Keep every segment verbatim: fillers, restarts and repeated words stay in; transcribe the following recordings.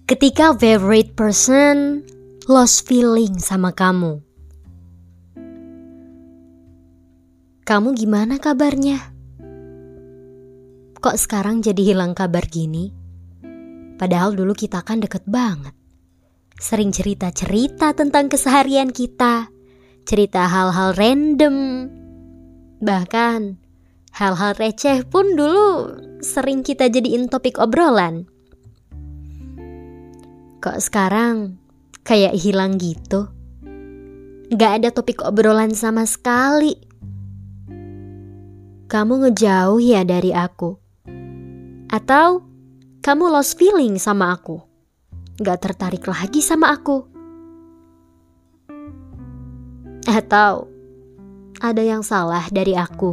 Ketika favorite person lost feeling sama kamu. Kamu gimana kabarnya? Kok sekarang jadi hilang kabar gini? Padahal dulu kita kan deket banget. Sering cerita-cerita tentang keseharian kita. Cerita hal-hal random. Bahkan hal-hal receh pun dulu sering kita jadiin topik obrolan. Kok sekarang kayak hilang gitu? Gak ada topik obrolan sama sekali. Kamu ngejauh ya dari aku? Atau kamu lost feeling sama aku? Gak tertarik lagi sama aku? Atau ada yang salah dari aku?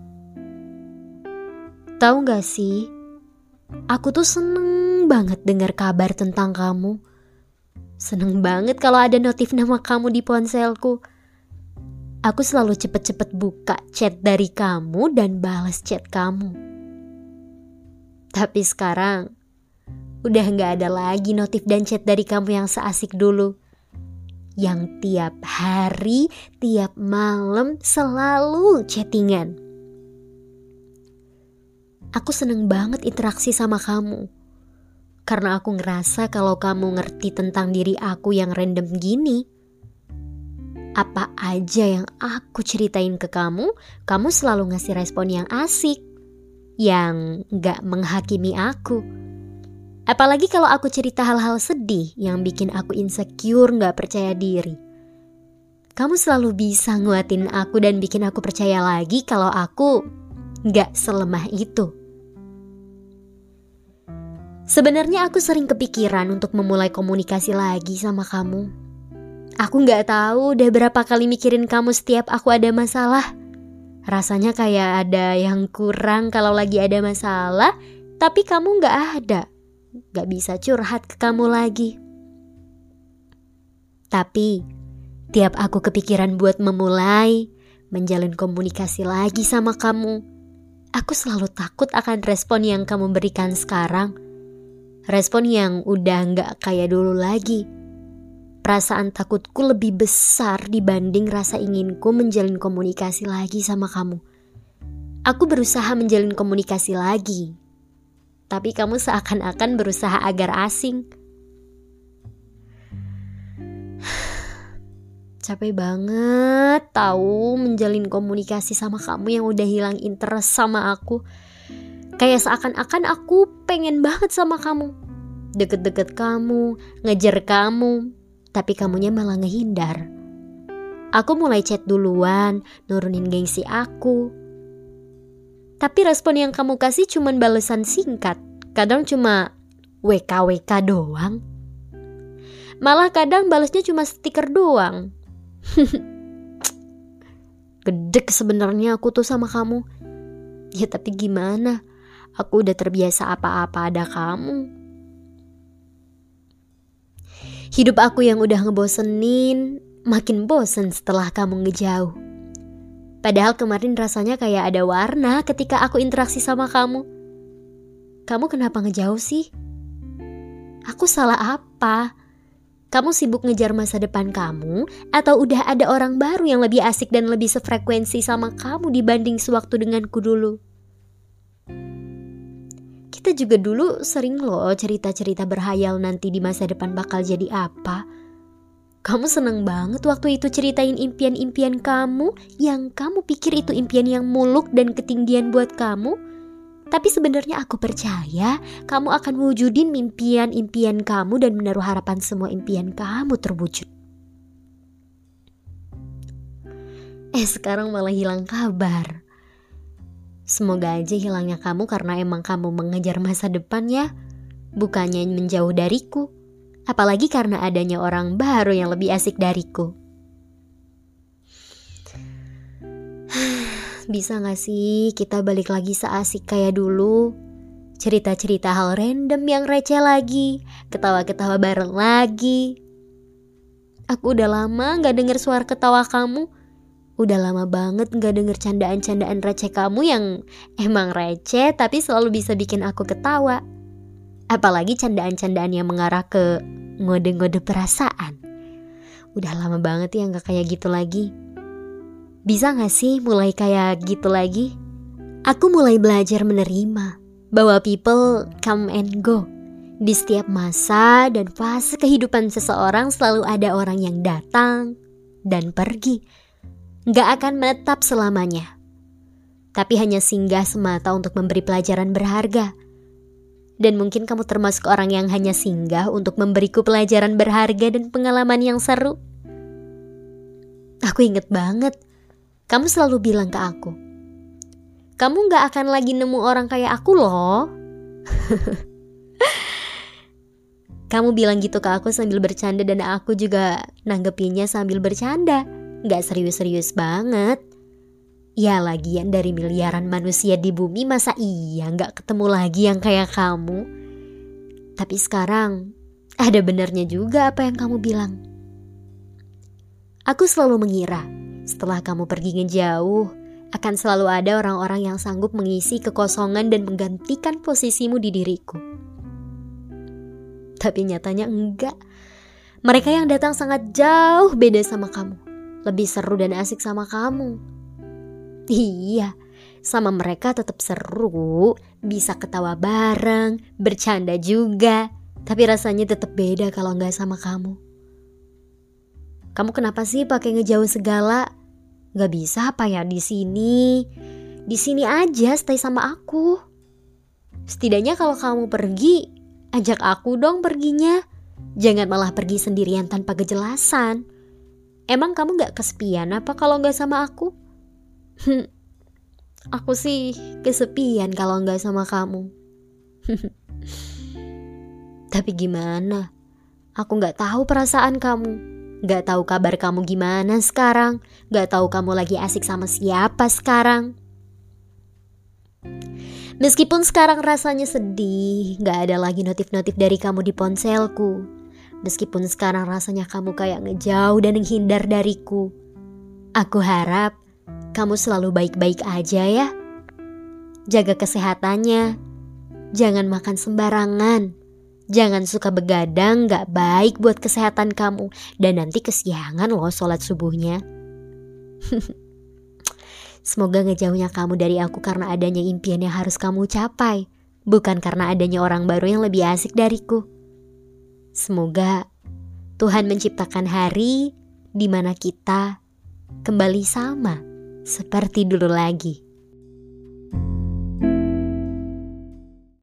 Tahu gak sih? Aku tuh seneng banget dengar kabar tentang kamu. Seneng banget kalau ada notif nama kamu di ponselku. Aku selalu cepet-cepet buka chat dari kamu dan balas chat kamu. Tapi sekarang udah gak ada lagi notif dan chat dari kamu yang seasik dulu. Yang tiap hari, tiap malam selalu chattingan. Aku seneng banget interaksi sama kamu. Karena aku ngerasa kalau kamu ngerti tentang diri aku yang random gini. Apa aja yang aku ceritain ke kamu, kamu selalu ngasih respon yang asik. Yang gak menghakimi aku. Apalagi kalau aku cerita hal-hal sedih yang bikin aku insecure, gak percaya diri. Kamu selalu bisa nguatin aku dan bikin aku percaya lagi kalau aku gak selemah itu. Sebenarnya aku sering kepikiran untuk memulai komunikasi lagi sama kamu. Aku gak tahu udah berapa kali mikirin kamu setiap aku ada masalah. Rasanya kayak ada yang kurang kalau lagi ada masalah, tapi kamu gak ada. Gak bisa curhat ke kamu lagi. Tapi tiap aku kepikiran buat memulai menjalin komunikasi lagi sama kamu, aku selalu takut akan respon yang kamu berikan sekarang. Respon yang udah gak kayak dulu lagi. Perasaan takutku lebih besar dibanding rasa inginku menjalin komunikasi lagi sama kamu. Aku berusaha menjalin komunikasi lagi, tapi kamu seakan-akan berusaha agar asing. Capek banget tahu menjalin komunikasi sama kamu yang udah hilang interest sama aku. Kayak seakan-akan aku pengen banget sama kamu. Deket-deket kamu, ngejar kamu, tapi kamunya malah ngehindar. Aku mulai chat duluan, nurunin gengsi aku. Tapi respon yang kamu kasih cuman balesan singkat. Kadang cuma W K W K doang. Malah kadang balesnya cuma stiker doang. Gedek sebenarnya aku tuh sama kamu. Ya tapi gimana? Aku udah terbiasa apa-apa ada kamu. Hidup aku yang udah ngebosenin makin bosen setelah kamu ngejauh. Padahal kemarin rasanya kayak ada warna ketika aku interaksi sama kamu. Kamu kenapa ngejauh sih? Aku salah apa? Kamu sibuk ngejar masa depan kamu? Atau udah ada orang baru yang lebih asik dan lebih sefrekuensi sama kamu dibanding sewaktu denganku dulu? Kita juga dulu sering loh cerita-cerita berhayal nanti di masa depan bakal jadi apa. Kamu seneng banget waktu itu ceritain impian-impian kamu yang kamu pikir itu impian yang muluk dan ketinggian buat kamu. Tapi sebenarnya aku percaya kamu akan wujudin impian-impian kamu dan menaruh harapan semua impian kamu terwujud. Eh sekarang malah hilang kabar. Semoga aja hilangnya kamu karena emang kamu mengejar masa depan ya, bukannya menjauh dariku. Apalagi karena adanya orang baru yang lebih asik dariku. Bisa gak sih kita balik lagi seasik kayak dulu? Cerita-cerita hal random yang receh lagi, ketawa-ketawa bareng lagi. Aku udah lama gak denger suara ketawa kamu. Udah lama banget gak denger candaan-candaan receh kamu yang emang receh tapi selalu bisa bikin aku ketawa. Apalagi candaan-candaan yang mengarah ke ngode-ngode perasaan. Udah lama banget ya gak kayak gitu lagi. Bisa gak sih mulai kayak gitu lagi? Aku mulai belajar menerima bahwa people come and go. Di setiap masa dan fase kehidupan seseorang selalu ada orang yang datang dan pergi. Gak akan menetap selamanya. Tapi hanya singgah semata untuk memberi pelajaran berharga. Dan mungkin kamu termasuk orang yang hanya singgah untuk memberiku pelajaran berharga dan pengalaman yang seru. Aku inget banget, kamu selalu bilang ke aku, kamu gak akan lagi nemu orang kayak aku loh. Kamu bilang gitu ke aku sambil bercanda dan aku juga nanggepinnya sambil bercanda. Gak serius-serius banget. Ya lagian dari miliaran manusia di bumi masa iya gak ketemu lagi yang kayak kamu. Tapi sekarang ada benernya juga apa yang kamu bilang. Aku selalu mengira setelah kamu pergi ngejauh akan selalu ada orang-orang yang sanggup mengisi kekosongan dan menggantikan posisimu di diriku. Tapi nyatanya enggak. Mereka yang datang sangat jauh beda sama kamu. Lebih seru dan asik sama kamu. Iya, sama mereka tetap seru, bisa ketawa bareng, bercanda juga. Tapi rasanya tetap beda kalau nggak sama kamu. Kamu kenapa sih pakai ngejauh segala? Nggak bisa apa ya di sini? Di sini aja, stay sama aku. Setidaknya kalau kamu pergi, ajak aku dong perginya. Jangan malah pergi sendirian tanpa kejelasan. Emang kamu nggak kesepian apa kalau nggak sama aku? Hmm, aku sih kesepian kalau nggak sama kamu. Tapi gimana? Aku nggak tahu perasaan kamu, nggak tahu kabar kamu gimana sekarang, nggak tahu kamu lagi asik sama siapa sekarang. Meskipun sekarang rasanya sedih, nggak ada lagi notif-notif dari kamu di ponselku. Meskipun sekarang rasanya kamu kayak ngejauh dan menghindar dariku. Aku harap kamu selalu baik-baik aja ya. Jaga kesehatannya. Jangan makan sembarangan. Jangan suka begadang, gak baik buat kesehatan kamu. Dan nanti kesiangan loh sholat subuhnya. Semoga ngejauhnya kamu dari aku karena adanya impian yang harus kamu capai. Bukan karena adanya orang baru yang lebih asik dariku. Semoga Tuhan menciptakan hari di mana kita kembali sama seperti dulu lagi.